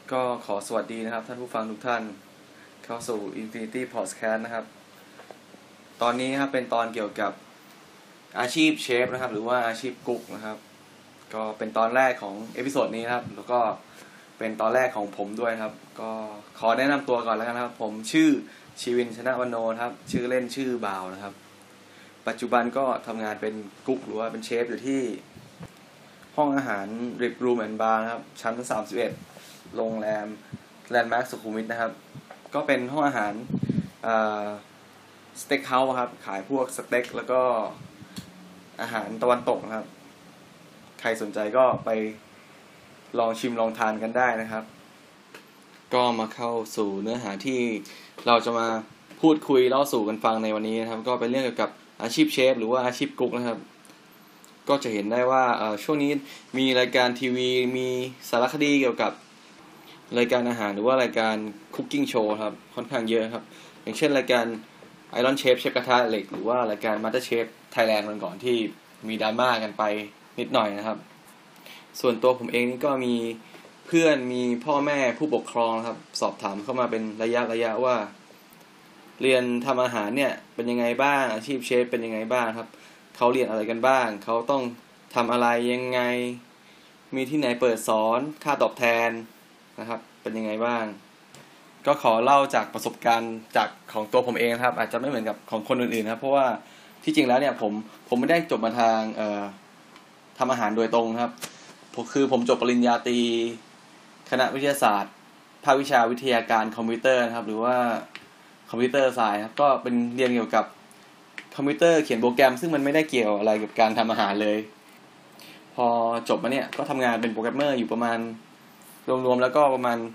ก็ขอสวัสดีนะครับท่านผู้ฟังทุกท่านเข้าสู่ Infinity Podcast นะครับตอนนี้ครับเป็นตอนเกี่ยวกับอาชีพเชฟนะครับหรือว่าอาชีพกุ๊กนะครับก็เป็นตอนแรกของเอพิโซดนี้นะครับแล้วก็เป็นตอนแรกของผมด้วยครับก็ขอแนะนำตัวก่อนแล้วกันครับผมชื่อชีวินชนะวโนครับชื่อเล่นชื่อบ่าวนะครับปัจจุบันก็ทำงานเป็นกุ๊กหรือว่าเป็นเชฟอยู่ที่ห้องอาหารริบรูมแอนด์บาร์นะครับชั้น31โรงแรมแลนด์มาร์คสุขุมวิทนะครับก็เป็นห้องอาหารสเต็กเฮาส์ครับขายพวกสเต็กแล้วก็อาหารตะวันตกนะครับใครสนใจก็ไปลองชิมลองทานกันได้นะครับก็มาเข้าสู่เนื้อหาที่เราจะมาพูดคุยเล่าสู่กันฟังในวันนี้นะครับก็เป็นเรื่องเกี่ยวกับอาชีพเชฟหรือว่าอาชีพกุ๊กนะครับก็จะเห็นได้ว่าช่วงนี้มีรายการทีวีมีสารคดีเกี่ยวกับรายการอาหารหรือว่ารายการคุกกิ้งโชว์ครับค่อนข้างเยอะครับอย่างเช่นรายการ Iron Chef เชฟกระทะเหล็กหรือว่ารายการ Master Chef Thailand วันก่อนที่มีดราม่ากันไปนิดหน่อยนะครับส่วนตัวผมเองนี่ก็มีเพื่อนมีพ่อแม่ผู้ปกครองครับสอบถามเข้ามาเป็นระยะว่าเรียนทำอาหารเนี่ยเป็นยังไงบ้างอาชีพเชฟเป็นยังไงบ้างครับเขาเรียนอะไรกันบ้างเขาต้องทำอะไรยังไงมีที่ไหนเปิดสอนค่าตอบแทนนะครับเป็นยังไงบ้างก็ขอเล่าจากประสบการณ์จากของตัวผมเองครับอาจจะไม่เหมือนกับของคนอื่นๆครับเพราะว่าที่จริงแล้วเนี่ยผมไม่ได้จบมาทางทำอาหารโดยตรงครับผมจบปริญญาตรีคณะวิทยาศาสตร์ภาควิชาวิทยาการคอมพิวเตอร์นะครับหรือว่าคอมพิวเตอร์ไซน์ครับก็เป็นเรียนเกี่ยวกับคอมพิวเตอร์เขียนโปรแกรมซึ่งมันไม่ได้เกี่ยวอะไรกับการทำอาหารเลยพอจบมาเนี่ยก็ทำงานเป็นโปรแกรมเมอร์อยู่ประมาณรวมๆแล้วก็ประมาณ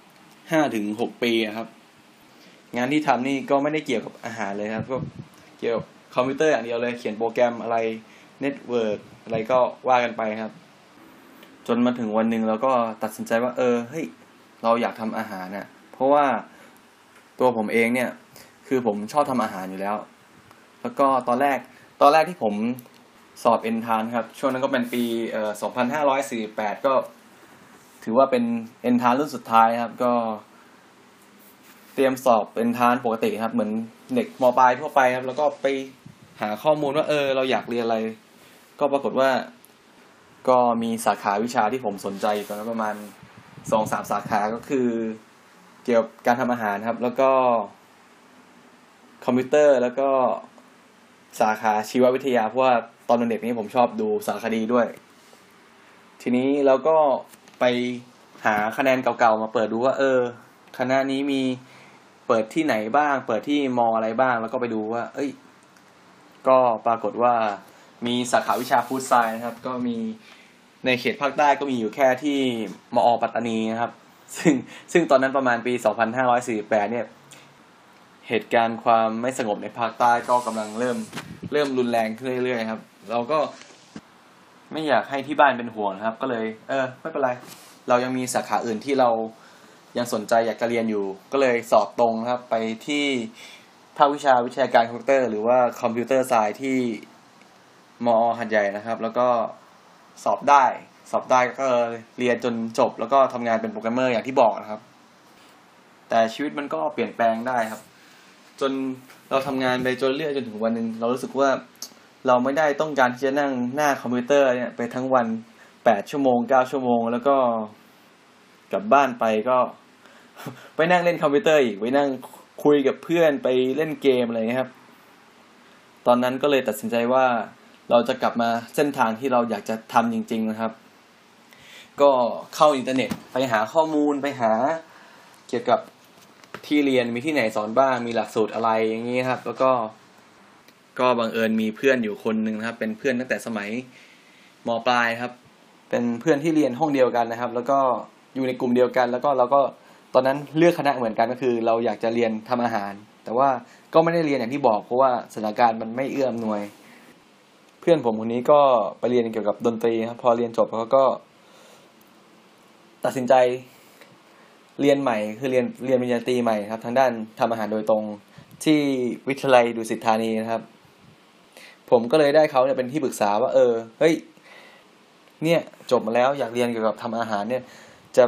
5-6 ปีครับงานที่ทำนี่ก็ไม่ได้เกี่ยวกับอาหารเลยครับก็เกี่ยวกับคอมพิวเตอร์อย่างเดียวเลยเขียนโปรแกรมอะไรเน็ตเวิร์กอะไรก็ว่ากันไปครับจนมาถึงวันหนึ่งเราก็ตัดสินใจว่าเฮ้ยเราอยากทำอาหารน่ะเพราะว่าตัวผมเองเนี่ยคือผมชอบทำอาหารอยู่แล้วแล้วก็ตอนแรกที่ผมสอบเอนทรานซ์ครับช่วงนั้นก็เป็นปี2548ก็ถือว่าเป็นเอนทรานซ์รุ่นสุดท้ายครับก็เตรียมสอบเอนทรานซ์ปกติครับเหมือนเด็กม.ปลายทั่วไปครับแล้วก็ไปหาข้อมูลว่าเราอยากเรียนอะไรก็ปรากฏว่าก็มีสาขาวิชาที่ผมสนใจตอนนั้นประมาณ 2-3 สาขาก็คือเกี่ยวกับการทำอาหารครับแล้วก็คอมพิวเตอร์แล้วก็สาขาชีววิทยาเพราะว่าตอนเด็กนี้ผมชอบดูสารคดีด้วยทีนี้เราก็ไปหาคะแนนเก่าๆมาเปิดดูว่าคณะนี้มีเปิดที่ไหนบ้างเปิดที่ม.อะไรบ้างแล้วก็ไปดูว่าก็ปรากฏว่ามีสาขาวิชาฟู้ดไซน์นะครับก็มีในเขตภาคใต้ก็มีอยู่แค่ที่มอ.ปัตตานีนะครับซึ่งตอนนั้นประมาณปี2548เนี่ยเหตุการณ์ความไม่สงบในภาคใต้ก็กำลังเริ่มรุนแรงขึ้นเรื่อยๆครับเราก็ไม่อยากให้ที่บ้านเป็นห่วงนะครับก็เลยไม่เป็นไรเรายังมีสาขาอื่นที่เรายังสนใจอยากจะเรียนอยู่ก็เลยสอบตรงครับไปที่ภาควิชาวิทยาการคอมพิวเตอร์หรือว่าคอมพิวเตอร์ไซน์ที่มอ.หัดใหญ่นะครับแล้วก็สอบได้ก็เรียนจนจบแล้วก็ทำงานเป็นโปรแกรมเมอร์อย่างที่บอกนะครับแต่ชีวิตมันก็เปลี่ยนแปลงได้ครับจนเราทำงานไปจนเรื่อยจนถึงวันนึงเรารู้สึกว่าเราไม่ได้ต้องการที่จะนั่งหน้าคอมพิวเตอร์เนี่ยไปทั้งวัน8 ชั่วโมง 9 ชั่วโมงแล้วก็กลับบ้านไปก็ไปนั่งเล่นคอมพิวเตอร์อีกไปนั่งคุยกับเพื่อนไปเล่นเกมอะไรเงี้ยครับตอนนั้นก็เลยตัดสินใจว่าเราจะกลับมาเส้นทางที่เราอยากจะทำจริงๆนะครับก็เข้าอินเทอร์เน็ตไปหาข้อมูลไปหาเกี่ยวกับที่เรียนมีที่ไหนสอนบ้างมีหลักสูตรอะไรอย่างนี้ครับแล้วก็บังเอิญมีเพื่อนอยู่คนนึงนะครับเป็นเพื่อนตั้งแต่สมัยม.ปลายครับเป็นเพื่อนที่เรียนห้องเดียวกันนะครับแล้วก็อยู่ในกลุ่มเดียวกันแล้วก็เราก็ตอนนั้นเลือกคณะเหมือนกันก็คือเราอยากจะเรียนทำอาหารแต่ว่าก็ไม่ได้เรียนอย่างที่บอกเพราะว่าสถานการณ์มันไม่เอื้ออำนวยเพื่อนผมคนนี้ก็ไปเรียนเกี่ยวกับดนตรีครับพอเรียนจบเขาก็ตัดสินใจเรียนใหม่คือเรียนปริญญาตรีใหม่ครับทางด้านทำอาหารโดยตรงที่วิทยาลัยดุสิตธานีนะครับผมก็เลยได้เขาเนี่ยเป็นที่ปรึกษาว่าเฮ้ยเนี่ยจบมาแล้วอยากเรียนเกี่ยวกับทำอาหารเนี่ยจะ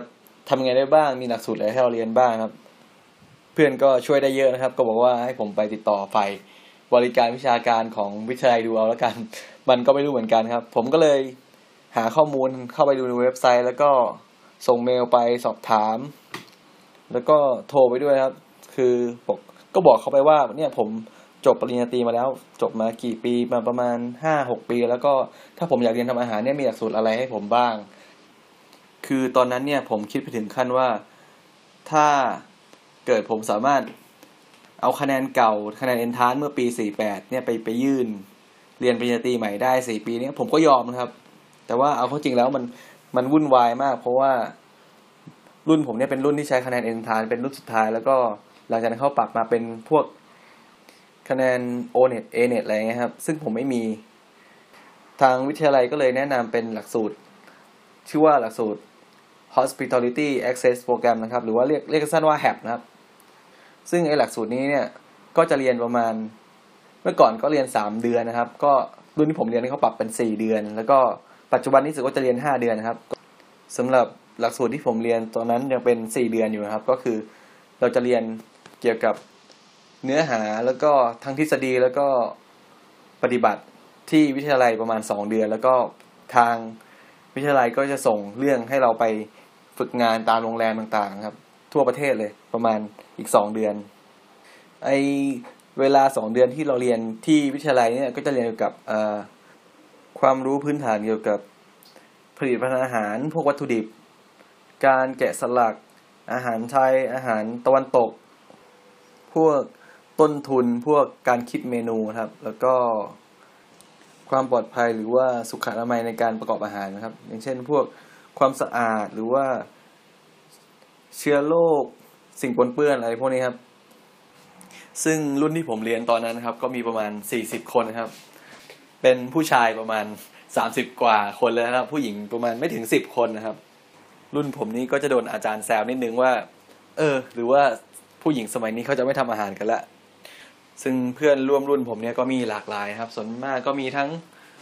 ทำไงได้บ้างมีหลักสูตรอะไรให้เราเรียนบ้างครับเพื่อนก็ช่วยได้เยอะนะครับก็บอกว่าให้ผมไปติดต่อฝ่ายบริการวิชาการของวิทยาลัยดูเอาแล้วกันมันก็ไม่รู้เหมือนกันครับผมก็เลยหาข้อมูลเข้าไปดูในเว็บไซต์แล้วก็ส่งเมลไปสอบถามแล้วก็โทรไปด้วยครับคือบอกเขาไปว่าเนี่ยผมจบปริญญาตรีมาแล้วจบมากี่ปีมาประมาณ 5-6 ปีแล้วก็ถ้าผมอยากเรียนทำอาหารเนี่ยมีหลักสูตรอะไรให้ผมบ้างคือตอนนั้นเนี่ยผมคิดไปถึงขั้นว่าถ้าเกิดผมสามารถเอาคะแนนเก่าคะแนนเอนทรานซ์เมื่อปี48เนี่ยไปยื่นเรียนปริญญาตรีใหม่ได้4ปีนี้ผมก็ยอมนะครับแต่ว่าเอาเข้าจริงแล้วมันวุ่นวายมากเพราะว่ารุ่นผมเนี่ยเป็นรุ่นที่ใช้คะแนนเอนทรานซ์เป็นรุ่นสุดท้ายแล้วก็หลังจากนั้นเขาปรับมาเป็นพวกคะแนน O-NET A-NET อะไรเงี้ยครับซึ่งผมไม่มีทางวิทยาลัยก็เลยแนะนำเป็นหลักสูตรชื่อว่าหลักสูตร Hospitality Access Program นะครับหรือว่าเรียกสั้นว่า HAP นะครับซึ่งไอ้หลักสูตรนี้เนี่ยก็จะเรียนประมาณเมื่อก่อนก็เรียน3เดือนนะครับก็รุ่นที่ผมเรียนเขาปรับเป็น4เดือนแล้วก็ปัจจุบันนี้รู้สึกว่าจะเรียน5เดือนนะครับสำหรับหลักสูตรที่ผมเรียนตอนนั้นยังเป็น4เดือนอยู่นะครับก็คือเราจะเรียนเกี่ยวกับเนื้อหาแล้วก็ทั้งทฤษฎีแล้วก็ปฏิบัติที่วิทยาลัยประมาณ2เดือนแล้วก็ทางวิทยาลัยก็จะส่งเรื่องให้เราไปฝึกงานตามโรงแรมต่างๆครับทั่วประเทศเลยประมาณอีก2เดือนไอเวลา2เดือนที่เราเรียนที่วิทยาลัยเนี่ยก็จะเรียนเกี่ยวกับความรู้พื้นฐานเกี่ยวกับผลิตภัณฑ์อาหารพวกวัตถุดิบการแกะสลักอาหารไทยอาหารตะวันตกพวกต้นทุนพวกการคิดเมนูครับแล้วก็ความปลอดภัยหรือว่าสุขอนามัยในการประกอบอาหารนะครับอย่างเช่นพวกความสะอาดหรือว่าเชื้อโรคสิ่งปนเปื้อนอะไรพวกนี้ครับซึ่งรุ่นที่ผมเรียนตอนนั้นนะครับก็มีประมาณ40คนนะครับเป็นผู้ชายประมาณ30กว่าคนเลยนะครับผู้หญิงประมาณไม่ถึง10คนนะครับรุ่นผมนี้ก็จะโดนอาจารย์แซวนิดนึงว่าหรือว่าผู้หญิงสมัยนี้เขาจะไม่ทำอาหารกันละซึ่งเพื่อนร่วมรุ่นผมเนี่ยก็มีหลากหลายครับส่วนมากก็มีทั้ง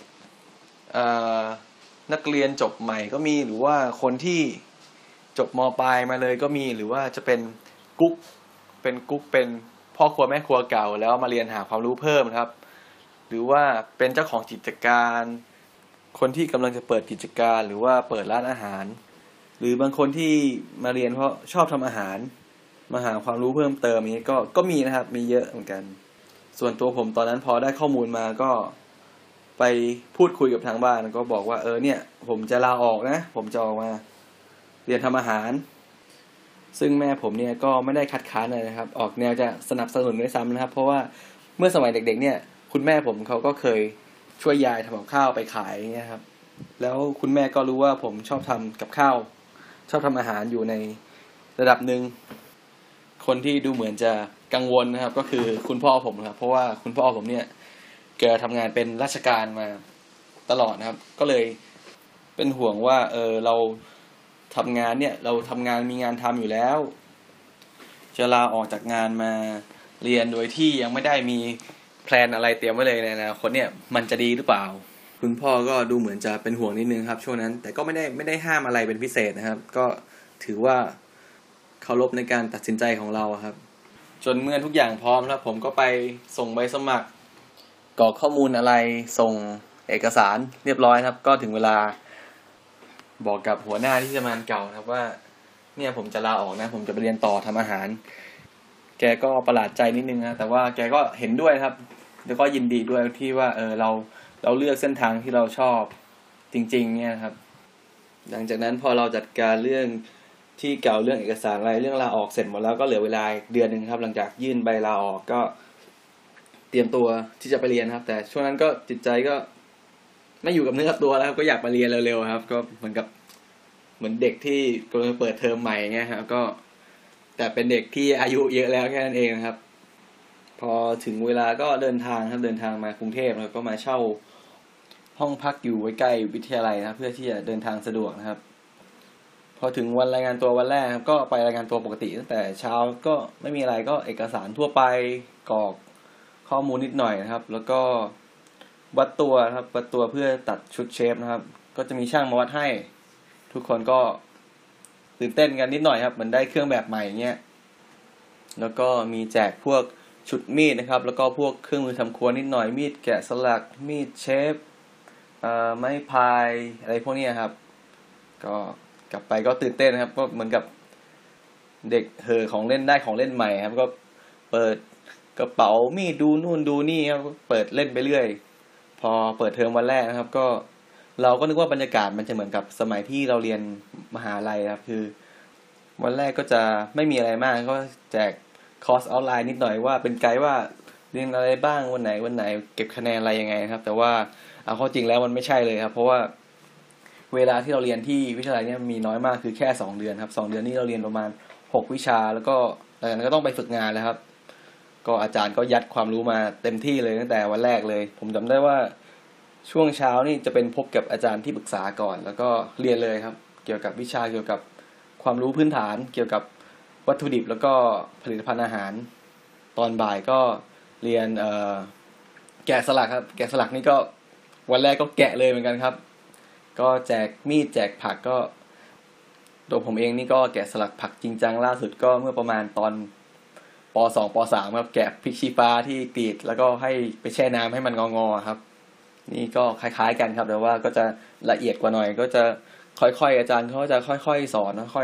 นักเรียนจบใหม่ก็มีหรือว่าคนที่จบม.ปลายมาเลยก็มีหรือว่าจะเป็นกุ๊กเป็นพ่อครัวแม่ครัวเก่าแล้วมาเรียนหาความรู้เพิ่มครับหรือว่าเป็นเจ้าของกิจการคนที่กำลังจะเปิดกิจการหรือว่าเปิดร้านอาหารหรือบางคนที่มาเรียนเพราะชอบทำอาหารมาหาความรู้เพิ่มเติมนี้ก็มีนะครับมีเยอะเหมือนกันส่วนตัวผมตอนนั้นพอได้ข้อมูลมาก็ไปพูดคุยกับทางบ้านก็บอกว่าเนี่ยผมจะลาออกนะผมจะออกมาเรียนทำอาหารซึ่งแม่ผมเนี่ยก็ไม่ได้คัดค้านเลยนะครับออกแนวจะสนับสนุนด้วยซ้ำนะครับเพราะว่าเมื่อสมัยเด็กๆเนี่ยคุณแม่ผมเขาก็เคยช่วยยายทำกับข้าวไปขายเนี่ยครับแล้วคุณแม่ก็รู้ว่าผมชอบทำกับข้าวชอบทำอาหารอยู่ในระดับหนึ่งคนที่ดูเหมือนจะกังวลนะครับก็คือคุณพ่อผมครับเพราะว่าคุณพ่อผมเนี่ยแกทำงานเป็นราชการมาตลอดนะครับก็เลยเป็นห่วงว่าเราทำงานเนี่ยเราทำงานมีงานทำอยู่แล้วจะลาออกจากงานมาเรียนโดยที่ยังไม่ได้มีแพลนอะไรเตรียมไว้เลยในอนาคตเนี่ยมันจะดีหรือเปล่าคุณพ่อก็ดูเหมือนจะเป็นห่วงนิดนึงครับช่วงนั้นแต่ก็ไม่ได้ห้ามอะไรเป็นพิเศษนะครับก็ถือว่าเคารพในการตัดสินใจของเราครับจนเมื่อทุกอย่างพร้อมแล้วผมก็ไปส่งใบสมัครกรอกข้อมูลอะไรส่งเอกสารเรียบร้อยครับก็ถึงเวลาบอกกับหัวหน้าที่ทำงานเก่าครับว่าเนี่ยผมจะลาออกนะผมจะไปเรียนต่อทำอาหารแกก็ประหลาดใจนิดนึงนะแต่ว่าแกก็เห็นด้วยครับแล้วก็ยินดีด้วยที่ว่าเราเลือกเส้นทางที่เราชอบจริงๆเนี่ยครับหลังจากนั้นพอเราจัดการเรื่องที่เก่าเรื่องเอกสารอะไรเรื่องลาออกเสร็จหมดแล้วก็เหลือเวลาเดือนนึงครับหลังจากยื่นใบลาออกก็เตรียมตัวที่จะไปเรียนครับแต่ช่วงนั้นก็จิตใจก็ไม่อยู่กับเนื้อกับตัวแล้วก็อยากมาเรียนเร็วๆครับก็เหมือนเด็กที่กำลังเปิดเทอมใหม่เงี้ยครับก็แต่เป็นเด็กที่อายุเยอะแล้วแค่นั้นเองครับพอถึงเวลาก็เดินทางมากรุงเทพแล้วก็มาเช่าห้องพักอยู่ใกล้วิทยาลัยนะครับเพื่อที่จะเดินทางสะดวกนะครับพอถึงวันรายงานตัววันแรกครับก็ไปรายงานตัวปกติตั้งแต่เช้าก็ไม่มีอะไรก็เอกสารทั่วไปกรอกข้อมูลนิดหน่อยนะครับแล้วก็วัดตัวเพื่อตัดชุดเชฟนะครับก็จะมีช่างมาวัดให้ทุกคนก็ตื่นเต้นกันนิดหน่อยครับเหมือนได้เครื่องแบบใหม่เงี้ยแล้วก็มีแจกพวกชุดมีดนะครับแล้วก็พวกเครื่องมือทำครัวนิดหน่อยมีดแกะสลักมีดเชฟไม้พายอะไรพวกนี้ครับก็กลับไปก็ตื่นเต้นนะครับก็เหมือนกับเด็กเห่อของเล่นได้ของเล่นใหม่ครับก็เปิดกระเป๋ามีดดูนู่นดูนี่ครับเปิดเล่นไปเรื่อยพอเปิดเทอมวันแรกนะครับก็เราก็นึกว่าบรรยากาศมันจะเหมือนกับสมัยที่เราเรียนมหาลัยครับคือวันแรกก็จะไม่มีอะไรมากก็แจกคอร์สออนไลน์นิดหน่อยว่าเป็นไกด์ว่าเรียนอะไรบ้างวันไหนเก็บคะแนนอะไรยังไงครับแต่ว่าเอาเข้าจริงแล้วมันไม่ใช่เลยครับเพราะว่าเวลาที่เราเรียนที่วิทยาลัยเนี่ยมีน้อยมากคือแค่2เดือนครับ2เดือนนี้เราเรียนประมาณ6วิชาแล้วก็หลังจากนั้นก็ต้องไปฝึกงานแล้วครับก็อาจารย์ก็ยัดความรู้มาเต็มที่เลยตั้งแต่วันแรกเลยผมจำได้ว่าช่วงเช้านี่จะเป็นพบกับอาจารย์ที่ปรึกษาก่อนแล้วก็เรียนเลยครับเกี่ยวกับวิชาเกี่ยวกับความรู้พื้นฐานเกี่ยวกับวัตถุดิบแล้วก็ผลิตภัณฑ์อาหารตอนบ่ายก็เรียนแกะสลักครับแกะสลักนี่ก็วันแรกก็แกะเลยเหมือนกันครับก็แจกมีดแจกผักก็ตัวผมเองนี่ก็แกะสลักผักจริงจังล่าสุดก็เมื่อประมาณตอนป.2 ป.3 ครับแกะพริกชี้ฟ้าที่กรีดแล้วก็ให้ไปแช่น้ำให้มันงอๆครับนี่ก็คล้ายๆกันครับแต่ว่าก็จะละเอียดกว่าหน่อยก็จะค่อยๆอาจารย์เขาจะค่อยๆสอนค่อย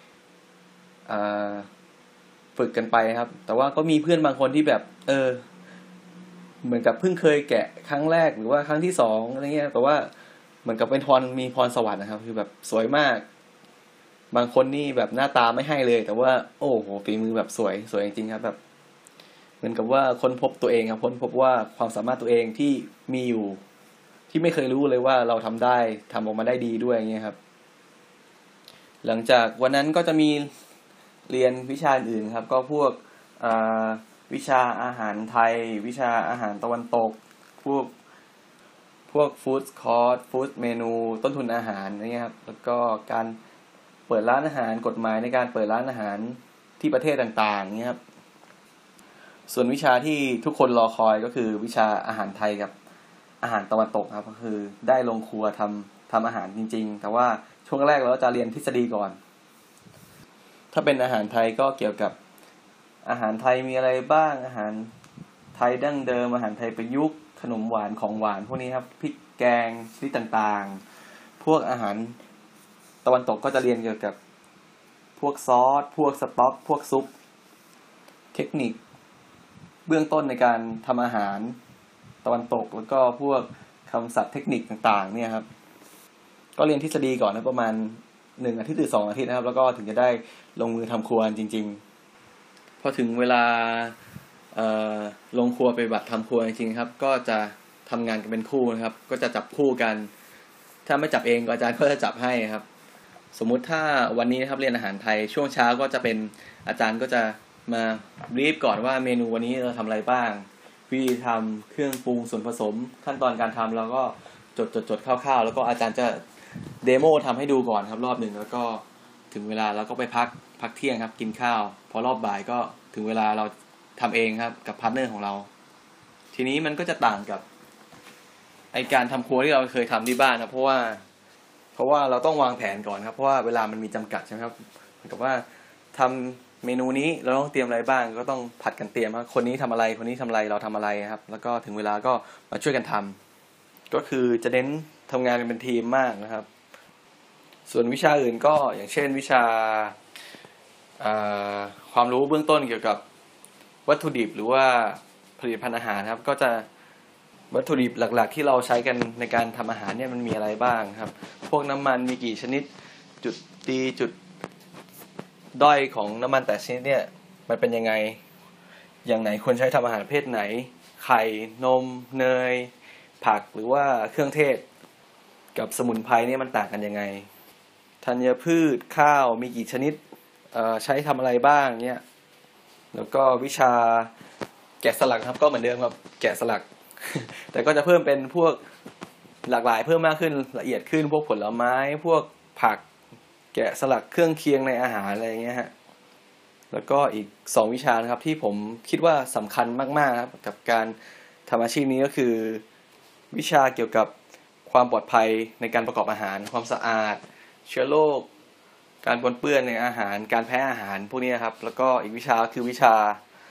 ฝึกกันไปครับแต่ว่าก็มีเพื่อนบางคนที่แบบเหมือนกับเพิ่งเคยแกะครั้งแรกหรือว่าครั้งที่2อะไรเงี้ยแต่ว่าเหมือนกับเป็นมีพรสวรรค์นะครับคือแบบสวยมากบางคนนี่แบบหน้าตาไม่ให้เลยแต่ว่าโอ้โหฝีมือแบบสวยจริงๆครับแบบเหมือนกับว่าค้นพบตัวเองครับค้นพบว่าความสามารถตัวเองที่มีอยู่ที่ไม่เคยรู้เลยว่าเราทำได้ทำออกมาได้ดีด้วยอย่างเงี้ยครับหลังจากวันนั้นก็จะมีเรียนวิชาอื่นครับก็พวกวิชาอาหารไทยวิชาอาหารตะวันตกพวกฟู้ดคอร์สฟู้ดเมนูต้นทุนอาหารนี่ครับแล้วก็การเปิดร้านอาหารกฎหมายในการเปิดร้านอาหารที่ประเทศต่างๆนี่ครับส่วนวิชาที่ทุกคนรอคอยก็คือวิชาอาหารไทยกับอาหารตะวันตกครับก็คือได้ลงครัวทำอาหารจริงๆแต่ว่าช่วงแรกเราจะเรียนทฤษฎีก่อนถ้าเป็นอาหารไทยก็เกี่ยวกับอาหารไทยมีอะไรบ้างอาหารไทยดั้งเดิมอาหารไทยประยุกต์ขนมหวานของหวานพวกนี้ครับพริกแกงชนิดต่างๆพวกอาหารตะวันตกก็จะเรียนเกี่ยวกับพวกซอสพวกสต๊อกพวกซุปเทคนิคเบื้องต้นในการทำอาหารตะวันตกแล้วก็พวกคำศัพท์เทคนิคต่างๆเนี่ยครับก็เรียนทฤษฎีก่อนนะประมาณ1 อาทิตย์หรือ2 อาทิตย์นะครับแล้วก็ถึงจะได้ลงมือทำครัวจริงๆพอถึงเวลาลงครัวไปบัตรทำครัวจริงๆครับก็จะทำงานกันเป็นคู่นะครับก็จะจับคู่กันถ้าไม่จับเองก็อาจารย์ก็จะจับให้ครับสมมุติถ้าวันนี้นะครับเรียนอาหารไทยช่วงเช้าก็จะเป็นอาจารย์ก็จะมาบรีฟก่อนว่าเมนูวันนี้เราทำอะไรบ้างวิธีทำเครื่องปรุงส่วนผสมขั้นตอนการทำแล้วก็จดคร่าวๆแล้วก็อาจารย์จะเดโมทำให้ดูก่อนครับรอบหนึ่งแล้วก็ถึงเวลาเราก็ไปพักเที่ยงครับกินข้าวพอรอบบ่ายก็ถึงเวลาเราทำเองครับกับพาร์ทเนอร์ของเราทีนี้มันก็จะต่างกับไอการทำครัวที่เราเคยทำที่บ้านนะเพราะว่าเราต้องวางแผนก่อนครับเพราะว่าเวลามันมีจำกัดใช่ไหมครับเหมือนกับว่าทำเมนูนี้เราต้องเตรียมอะไรบ้างก็ต้องผัดกันเตรียมครับคนนี้ทำอะไรคนนี้ทำอะไรเราทำอะไรครับแล้วก็ถึงเวลาก็มาช่วยกันทำก็คือจะเน้นทำงานเป็นทีมมากนะครับส่วนวิชาอื่นก็อย่างเช่นวิชาความรู้เบื้องต้นเกี่ยวกับวัตถุดิบหรือว่าผลิตภัณฑ์อาหารครับก็จะวัตถุดิบหลักๆที่เราใช้กันในการทำอาหารเนี่ยมันมีอะไรบ้างครับพวกน้ำมันมีกี่ชนิดจุดดีจุดด้อยของน้ำมันแต่ชนิดเนี่ยมันเป็นยังไงอย่างไหนควรใช้ทำอาหารประเภทไหนไข่นมเนยผักหรือว่าเครื่องเทศกับสมุนไพรเนี่ยมันต่างกันยังไงธัญพืชข้าวมีกี่ชนิดใช้ทำอะไรบ้างเนี่ยแล้วก็วิชาแกะสลักครับก็เหมือนเดิมครับแกะสลัก แต่ก็จะเพิ่มเป็นพวกหลากหลายเพิ่มมากขึ้นละเอียดขึ้นพวกผลไม้พวกผักแกะสลักเครื่องเคียงในอาหารอะไรเงี้ยฮะแล้วก็อีก2 วิชานะครับที่ผมคิดว่าสำคัญมากๆครับกับการทำอาชีพนี้ก็คือวิชาเกี่ยวกับความปลอดภัยในการประกอบอาหารความสะอาดเชื้อโรคการปนเปื้อนในอาหารการแพ้อาหารพวกนี้ครับแล้วก็อีกวิชาคือวิชา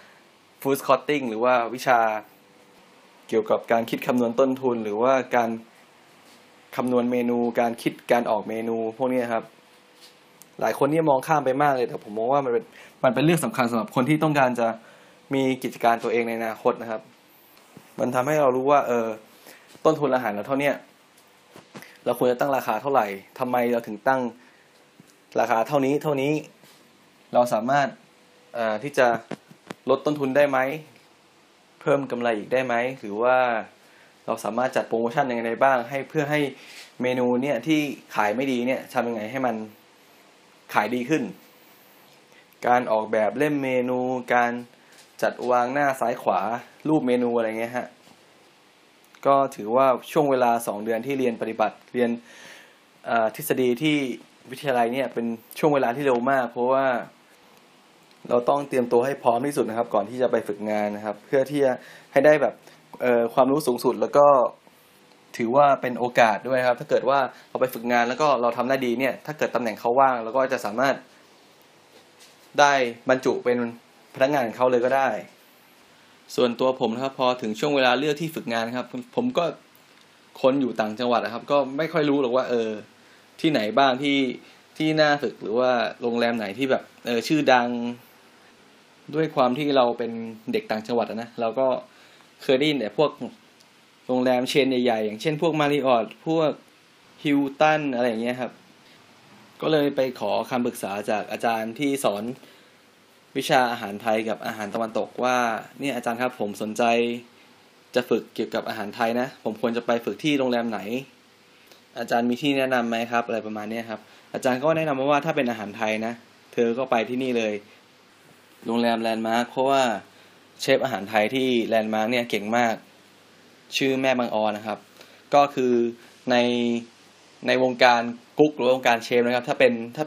food costing หรือว่าวิชาเกี่ยวกับการคิดคำนวณต้นทุนหรือว่าการคำนวณเมนูการคิดการออกเมนูพวกนี้ครับหลายคนนี่มองข้ามไปมากเลยแต่ผมมองว่ามันเป็นเรื่องสำคัญสำหรับคนที่ต้องการจะมีกิจการตัวเองในอนาคตนะครับมันทำให้เรารู้ว่าต้นทุนอาหารเราเท่านี้เราควรจะตั้งราคาเท่าไหร่ทำไมเราถึงตั้งราคาเท่านี้เราสามารถที่จะลดต้นทุนได้ไหมเพิ่มกำไรอีกได้ไหมหรือว่าเราสามารถจัดโปรโมชั่นยังไงบ้างเพื่อให้เมนูเนี่ยที่ขายไม่ดีเนี่ยทำยังไงให้มันขายดีขึ้นการออกแบบเล่มเมนูการจัดวางหน้าซ้ายขวารูปเมนูอะไรเงี้ยฮะก็ถือว่าช่วงเวลา2 เดือนที่เรียนปฏิบัติเรียนทฤษฎีที่วิทยาลัยเนี่ยเป็นช่วงเวลาที่เร็วมากเพราะว่าเราต้องเตรียมตัวให้พร้อมที่สุดนะครับก่อนที่จะไปฝึกงานนะครับเพื่อที่จะให้ได้แบบความรู้สูงสุดแล้วก็ถือว่าเป็นโอกาสด้วยครับถ้าเกิดว่าเราไปฝึกงานแล้วก็เราทำได้ดีเนี่ยถ้าเกิดตำแหน่งเขาว่างเราก็จะสามารถได้บรรจุเป็นพนักงานเขาเลยก็ได้ส่วนตัวผมนะครับพอถึงช่วงเวลาเลือกที่ฝึกงานครับผมก็คนอยู่ต่างจังหวัดนะครับก็ไม่ค่อยรู้หรอกว่าที่ไหนบ้างที่น่าฝึกหรือว่าโรงแรมไหนที่แบบชื่อดังด้วยความที่เราเป็นเด็กต่างจังหวัดนะเราก็เคยได้ยินแต่พวกโรงแรมเชนใหญ่ๆอย่างเช่นพวกมาริออทพวกฮิลตันอะไรอย่างเงี้ยครับก็เลยไปขอคำปรึกษาจากอาจารย์ที่สอนวิชาอาหารไทยกับอาหารตะวันตกว่าเนี่ยอาจารย์ครับผมสนใจจะฝึกเกี่ยวกับอาหารไทยนะผมควรจะไปฝึกที่โรงแรมไหนอาจารย์มีที่แนะนำไหมครับอะไรประมาณนี้ครับอาจารย์ก็แนะนำมาว่าถ้าเป็นอาหารไทยนะเธอก็ไปที่นี่เลยโรงแรมแลนด์มาร์คเพราะว่าเชฟอาหารไทยที่แลนด์มาร์คเนี่ยเก่งมากชื่อแม่บางออนนะครับก็คือในวงการกุ๊กหรือวงการเชฟนะครับถ้า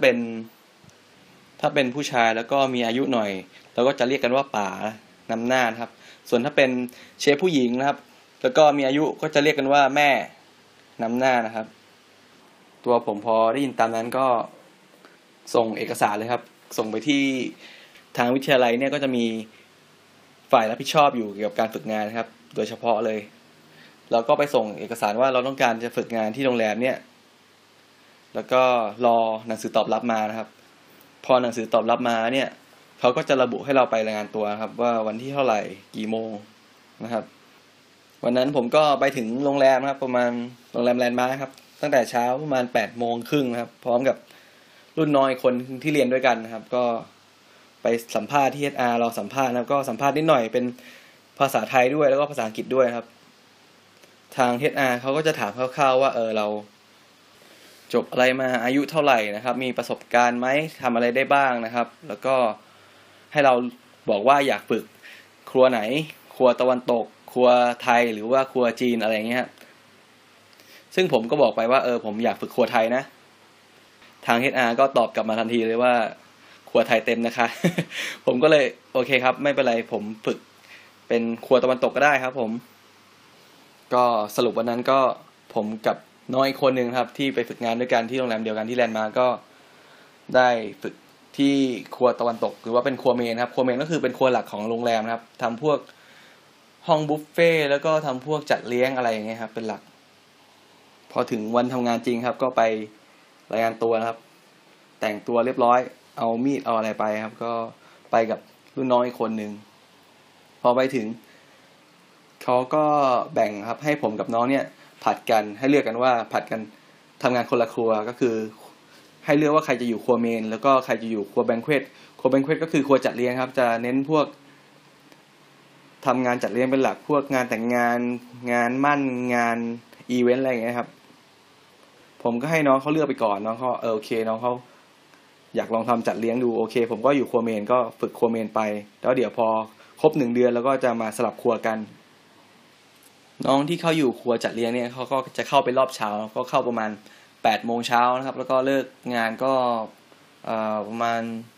เป็นผู้ชายแล้วก็มีอายุหน่อยเราก็จะเรียกกันว่าป๋านำหน้านะครับส่วนถ้าเป็นเชฟผู้หญิงนะครับแล้วก็มีอายุก็จะเรียกกันว่าแม่นำหน้านะครับตัวผมพอได้ยินตามนั้นก็ส่งเอกสารเลยครับส่งไปที่ทางวิทยาลัยเนี่ยก็จะมีฝ่ายรับผิดชอบอยู่เกี่ยวกับการฝึกงานนะครับโดยเฉพาะเลยเราก็ไปส่งเอกสารว่าเราต้องการจะฝึกงานที่โรงแรมเนี่ยแล้วก็รอหนังสือตอบรับมานะครับพอหนังสือตอบรับมาเนี่ยเขาก็จะระบุให้เราไปรายงานตัวครับว่าวันที่เท่าไหร่กี่โมงนะครับวันนั้นผมก็ไปถึงโรงแรมนะครับประมาณโรงแรมแลนด์มาร์คครับตั้งแต่เช้าประมาณ8:30นะครับพร้อมกับรุ่นน้อยคนที่เรียนด้วยกันนะครับก็ไปสัมภาษณ์ที่ HR เราสัมภาษณ์นะครับก็สัมภาษณ์นิดหน่อยเป็นภาษาไทยด้วยแล้วก็ภาษาอังกฤษด้วยครับทาง HR เขาก็จะถามคร่าวๆว่าเราจบอะไรมาอายุเท่าไหร่นะครับมีประสบการณ์ไหมทำอะไรได้บ้างนะครับแล้วก็ให้เราบอกว่าอยากฝึกครัวไหนครัวตะวันตกครัวไทยหรือว่าครัวจีนอะไรเงี้ยซึ่งผมก็บอกไปว่าผมอยากฝึกครัวไทยนะทาง HR ก็ตอบกลับมาทันทีเลยว่าครัวไทยเต็มนะคะ ผมก็เลยโอเคครับไม่เป็นไรผมฝึกเป็นครัวตะวันตกก็ได้ครับผมก็สรุปวันนั้นก็ผมกับน้องอีกคนนึงครับที่ไปฝึกงานด้วยกันที่โรงแรมเดียวกันที่แลนด์มาร์คก็ได้ฝึกที่ครัวตะวันตกหรือว่าเป็นครัวเมนครับครัวเมนก็คือเป็นครัวหลักของโรงแรมนะครับทำพวกห้องบุฟเฟ่แล้วก็ทำพวกจัดเลี้ยงอะไรอย่างเงี้ยครับเป็นหลักพอถึงวันทำงานจริงครับก็ไปรายงานตัวนะครับแต่งตัวเรียบร้อยเอามีดเอาอะไรไปครับก็ไปกับรุ่นน้องอีกคนนึงพอไปถึงเขาก็แบ่งครับให้ผมกับน้องเนี่ยผัดกันให้เลือกกันว่าผัดกันทำงานคนละครัวก็คือให้เลือกว่าใครจะอยู่ครัวเมนแล้วก็ใครจะอยู่ครัวแบงเควตครัวแบงเควตก็คือครัวจัดเลี้ยงครับจะเน้นพวกทำงานจัดเลี้ยงเป็นหลักพวกงานแต่งงานงานมั่นงานอีเวนต์อะไรอย่างเงี้ยครับผมก็ให้น้องเขาเลือกไปก่อนน้องเขาโอเคน้องเขาอยากลองทำจัดเลี้ยงดูโอเคผมก็อยู่ครัวเมนก็ฝึกครัวเมนไปแล้วเดี๋ยวพอครบ1 เดือนแล้วก็จะมาสลับครัวกันน้องที่เขาอยู่ครัวจัดเลี้ยงเนี่ยเขาก็จะเข้าไปรอบเช้าก็เข้าประมาณ8 โมงเช้านะครับแล้วก็เลิกงานก็ประมาณ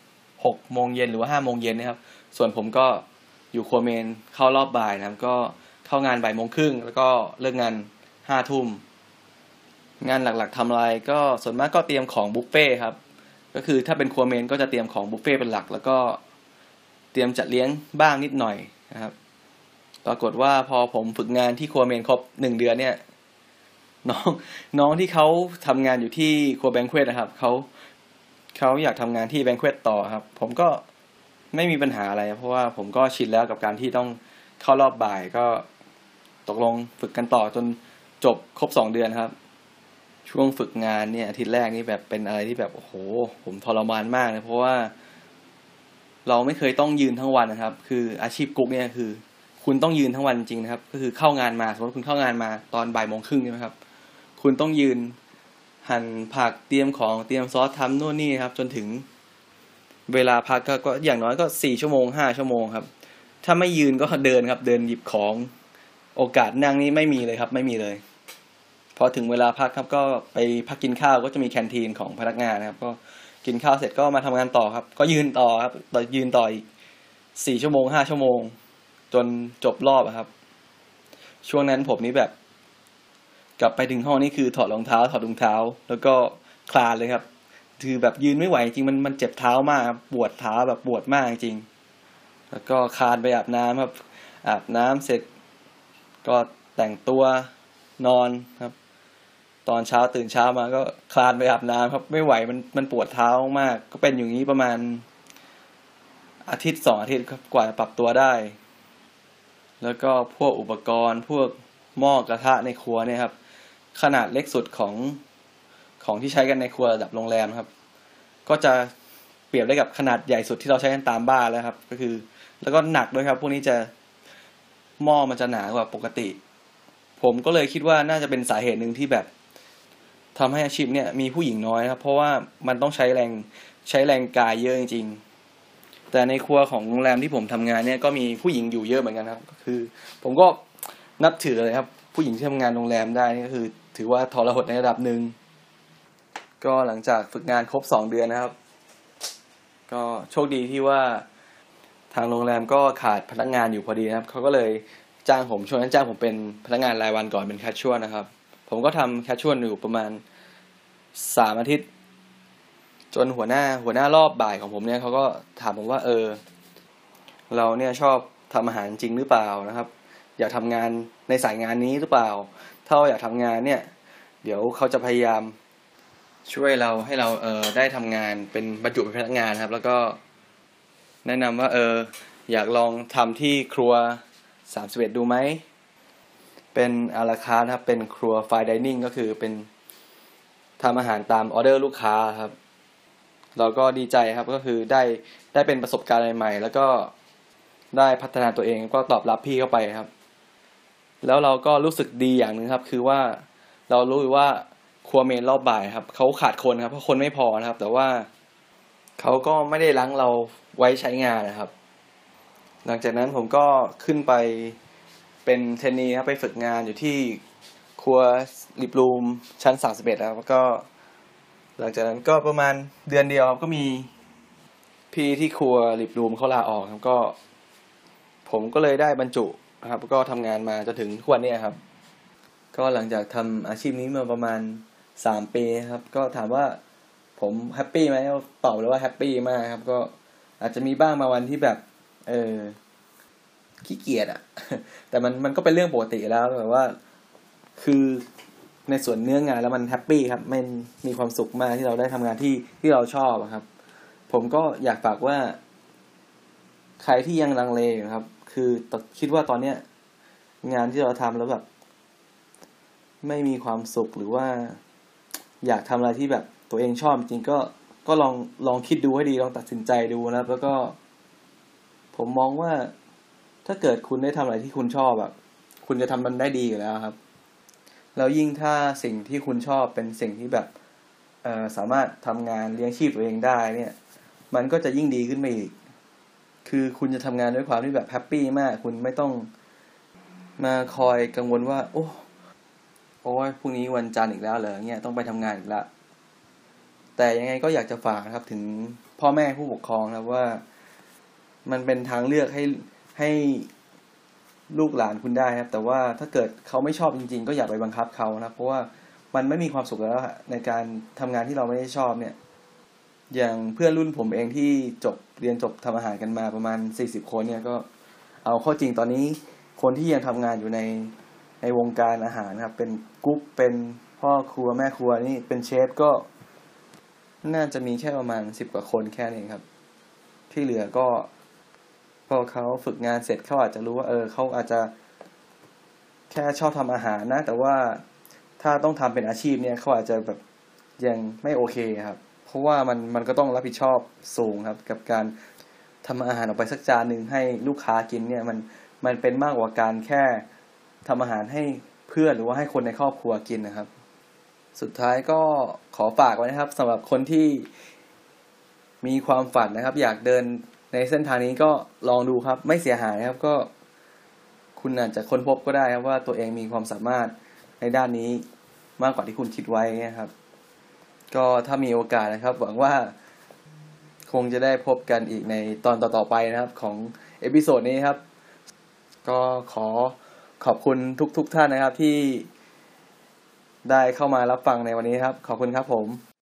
6 โมงเย็นหรือว่า5 โมงเย็นนะครับส่วนผมก็อยู่ครัวเมนเข้ารอบบ่ายนะครับก็เข้างาน13:30นแล้วก็เลิกงาน5 ทุ่มงานหลักๆทำอะไรก็ส่วนมากก็เตรียมของบุฟเฟ่ครับก็คือถ้าเป็นครัวเมนก็จะเตรียมของบุฟเฟ่เป็นหลักแล้วก็เตรียมจัดเลี้ยงบ้างนิดหน่อยนะครับปรากฏว่าพอผมฝึกงานที่ครัวเมนครบ1 เดือนเนี่ยน้องที่เขาทำงานอยู่ที่ครัวแบงเควตนะครับเขาอยากทำงานที่แบงเควตต่อครับผมก็ไม่มีปัญหาอะไรเพราะว่าผมก็ชินแล้วกับการที่ต้องเข้ารอบบ่ายก็ตกลงฝึกกันต่อจนจบครบ2 เดือนครับช่วงฝึกงานเนี่ยอาทิตย์แรกนี่แบบเป็นอะไรที่แบบโอ้โหผมทรมานมากเลยเพราะว่าเราไม่เคยต้องยืนทั้งวันนะครับคืออาชีพกุ๊กเนี่ยคือคุณต้องยืนทั้งวันจริงนะครับก็คือเข้างานมาสมมติคุณเข้างานมาตอนบ่าย 1:30ใช่ไหมครับคุณต้องยืนหั่นผักเตรียมของเตรียมซอสทำนู่นนี่ครับจนถึงเวลาพักก็อย่างน้อยก็4 ชั่วโมง5 ชั่วโมงครับถ้าไม่ยืนก็เดินครับเดินหยิบของโอกาสนั่งนี่ไม่มีเลยครับไม่มีเลยพอถึงเวลาพักครับก็ไปพักกินข้าวก็จะมีแคนทีนของพนักงานนะครับก็กินข้าวเสร็จก็มาทำงานต่อครับก็ยืนต่อครับยืนต่ออีก4 ชั่วโมง5 ชั่วโมงจนจบรอบครับช่วงนั้นผมนี่แบบกลับไปถึงห้องนี่คือถอดรองเท้าแล้วก็คลานเลยครับคือแบบยืนไม่ไหวจริงมันเจ็บเท้ามากครับปวดเท้าแบบปวดมากจริงแล้วก็คลานไปอาบน้ำครับอาบน้ำเสร็จก็แต่งตัวนอนครับตอนเช้าตื่นเช้ามาก็คลานไปอาบน้ำครับไม่ไหวมันปวดเท้ามากก็เป็นอย่างนี้ประมาณอาทิตย์2 อาทิตย์ครับกว่าจะปรับตัวได้แล้วก็พวกอุปกรณ์พวกหม้อกระทะในครัวเนี่ยครับขนาดเล็กสุดของที่ใช้กันในครัวระดับโรงแรมครับก็จะเปรียบได้กับขนาดใหญ่สุดที่เราใช้กันตามบ้านแล้วครับก็คือแล้วก็หนักด้วยครับพวกนี้จะหม้อมันจะหนากว่าปกติผมก็เลยคิดว่าน่าจะเป็นสาเหตุหนึ่งที่แบบทำให้อาชีพเนี่ยมีผู้หญิงน้อยครับเพราะว่ามันต้องใช้แรงกายเยอะจริงๆแต่ในครัวของโรงแรมที่ผมทำงานเนี่ยก็มีผู้หญิงอยู่เยอะเหมือนกันครับก็คือผมก็นับถือเลยครับผู้หญิงที่ทำงานโรงแรมได้นี่ก็คือถือว่าทรหดในระดับหนึ่งก็หลังจากฝึกงานครบ2 เดือนนะครับก็โชคดีที่ว่าทางโรงแรมก็ขาดพนักงานอยู่พอดีนะครับเขาก็เลยจ้างผมช่วงนั้นจ้างผมเป็นพนักงานรายวันก่อนเป็นแคชชวลนะครับผมก็ทำแคชชวลอยู่ประมาณ3 อาทิตย์จนหัวหน้ารอบบ่ายของผมเนี่ยเขาก็ถามผมว่าเราเนี่ยชอบทำอาหารจริงหรือเปล่านะครับอยากทำงานในสายงานนี้หรือเปล่าถ้าเราอยากทำงานเนี่ยเดี๋ยวเขาจะพยายามช่วยเราให้เราได้ทำงานเป็นบรรจุเป็นพนักงานครับแล้วก็แนะนำว่าอยากลองทำที่ครัว31ดูไหมเป็นอาราคาร์ทครับเป็นครัวไฟน์ไดนิ่งก็คือเป็นทำอาหารตามออเดอร์ลูกค้าครับเราก็ดีใจครับก็คือได้เป็นประสบการณ์ใหม่ๆแล้วก็ได้พัฒนาตัวเองก็ตอบรับพี่เข้าไปครับแล้วเราก็รู้สึกดีอย่างนึงครับคือว่าเรารู้ว่าครัวเมนรอบบ่ายครับเขาขาดคนครับเพราะคนไม่พอนะครับแต่ว่าเขาก็ไม่ได้รั้งเราไว้ใช้งานนะครับหลังจากนั้นผมก็ขึ้นไปเป็นเทรนนีครับไปฝึกงานอยู่ที่ครัวลิปรูมชั้น31แล้วก็หลังจากนั้นก็ประมาณเดือนเดียวครับก็มีพี่ที่ครัวลิปรูมเขาลาออกครับก็ผมก็เลยได้บรรจุครับก็ทำงานมาจนถึงทุกวันนี้ครับก็หลังจากทำอาชีพนี้มาประมาณ3 ปีครับก็ถามว่าผมแฮปปี้ไหมตอบเลยว่าแฮปปี้มากครับก็อาจจะมีบ้างบางวันที่แบบขี้เกียจอ่ะ แต่มันก็เป็นเรื่องปกติแล้วแบบว่าคือในส่วนเนื้องานแล้วมันแฮปปี้ครับมันมีความสุขมากที่เราได้ทำงานที่เราชอบครับผมก็อยากฝากว่าใครที่ยังลังเลครับคือคิดว่าตอนเนี้ยงานที่เราทำแล้วแบบไม่มีความสุขหรือว่าอยากทำอะไรที่แบบตัวเองชอบจริงก็ลองคิดดูให้ดีลองตัดสินใจดูนะครับแล้วก็ผมมองว่าถ้าเกิดคุณได้ทำอะไรที่คุณชอบแบบคุณจะทำมันได้ดีอยู่แล้วครับแล้วยิ่งถ้าสิ่งที่คุณชอบเป็นสิ่งที่แบบสามารถทำงานเลี้ยงชีพตัวเองได้เนี่ยมันก็จะยิ่งดีขึ้นไปอีกคือคุณจะทำงานด้วยความที่แบบแฮปปี้มากคุณไม่ต้องมาคอยกังวลว่าโอ้ยพรุ่งนี้วันจันทร์อีกแล้วเหรอเนี่ยต้องไปทำงานอีกแล้วแต่ยังไงก็อยากจะฝากนะครับถึงพ่อแม่ผู้ปกครองครับว่ามันเป็นทางเลือกให้ลูกหลานคุณได้ครับแต่ว่าถ้าเกิดเขาไม่ชอบจริงๆก็อย่าไปบังคับเขานะเพราะว่ามันไม่มีความสุขแล้วในการทำงานที่เราไม่ได้ชอบเนี่ยอย่างเพื่อนรุ่นผมเองที่เรียนจบทำอาหารกันมาประมาณ40คนเนี่ยก็เอาเข้าจริงตอนนี้คนที่ยังทำงานอยู่ในวงการอาหารครับเป็นกุ๊กเป็นพ่อครัวแม่ครัวนี่เป็นเชฟก็น่าจะมีแค่ประมาณ10กว่าคนแค่นี้ครับที่เหลือก็พอเขาฝึกงานเสร็จเขาอาจจะรู้ว่าเขาอาจจะแค่ชอบทำอาหารนะแต่ว่าถ้าต้องทำเป็นอาชีพเนี่ยเขาอาจจะแบบยังไม่โอเคครับเพราะว่ามันก็ต้องรับผิดชอบสูงครับกับการทำอาหารออกไปสักจานหนึ่งให้ลูกค้ากินเนี่ยมันเป็นมากกว่าการแค่ทำอาหารให้เพื่อนหรือว่าให้คนในครอบครัวกินนะครับสุดท้ายก็ขอฝากไว้นะครับสำหรับคนที่มีความฝันนะครับอยากเดินในเส้นทางนี้ก็ลองดูครับไม่เสียหายครับก็คุณอาจจะค้นพบก็ได้ครับว่าตัวเองมีความสามารถในด้านนี้มากกว่าที่คุณคิดไว้นะครับก็ถ้ามีโอกาสนะครับหวังว่าคงจะได้พบกันอีกในตอนต่อๆไปนะครับของเอพิโซดนี้ครับก็ขอบคุณทุกท่านนะครับที่ได้เข้ามารับฟังในวันนี้ครับขอบคุณครับผม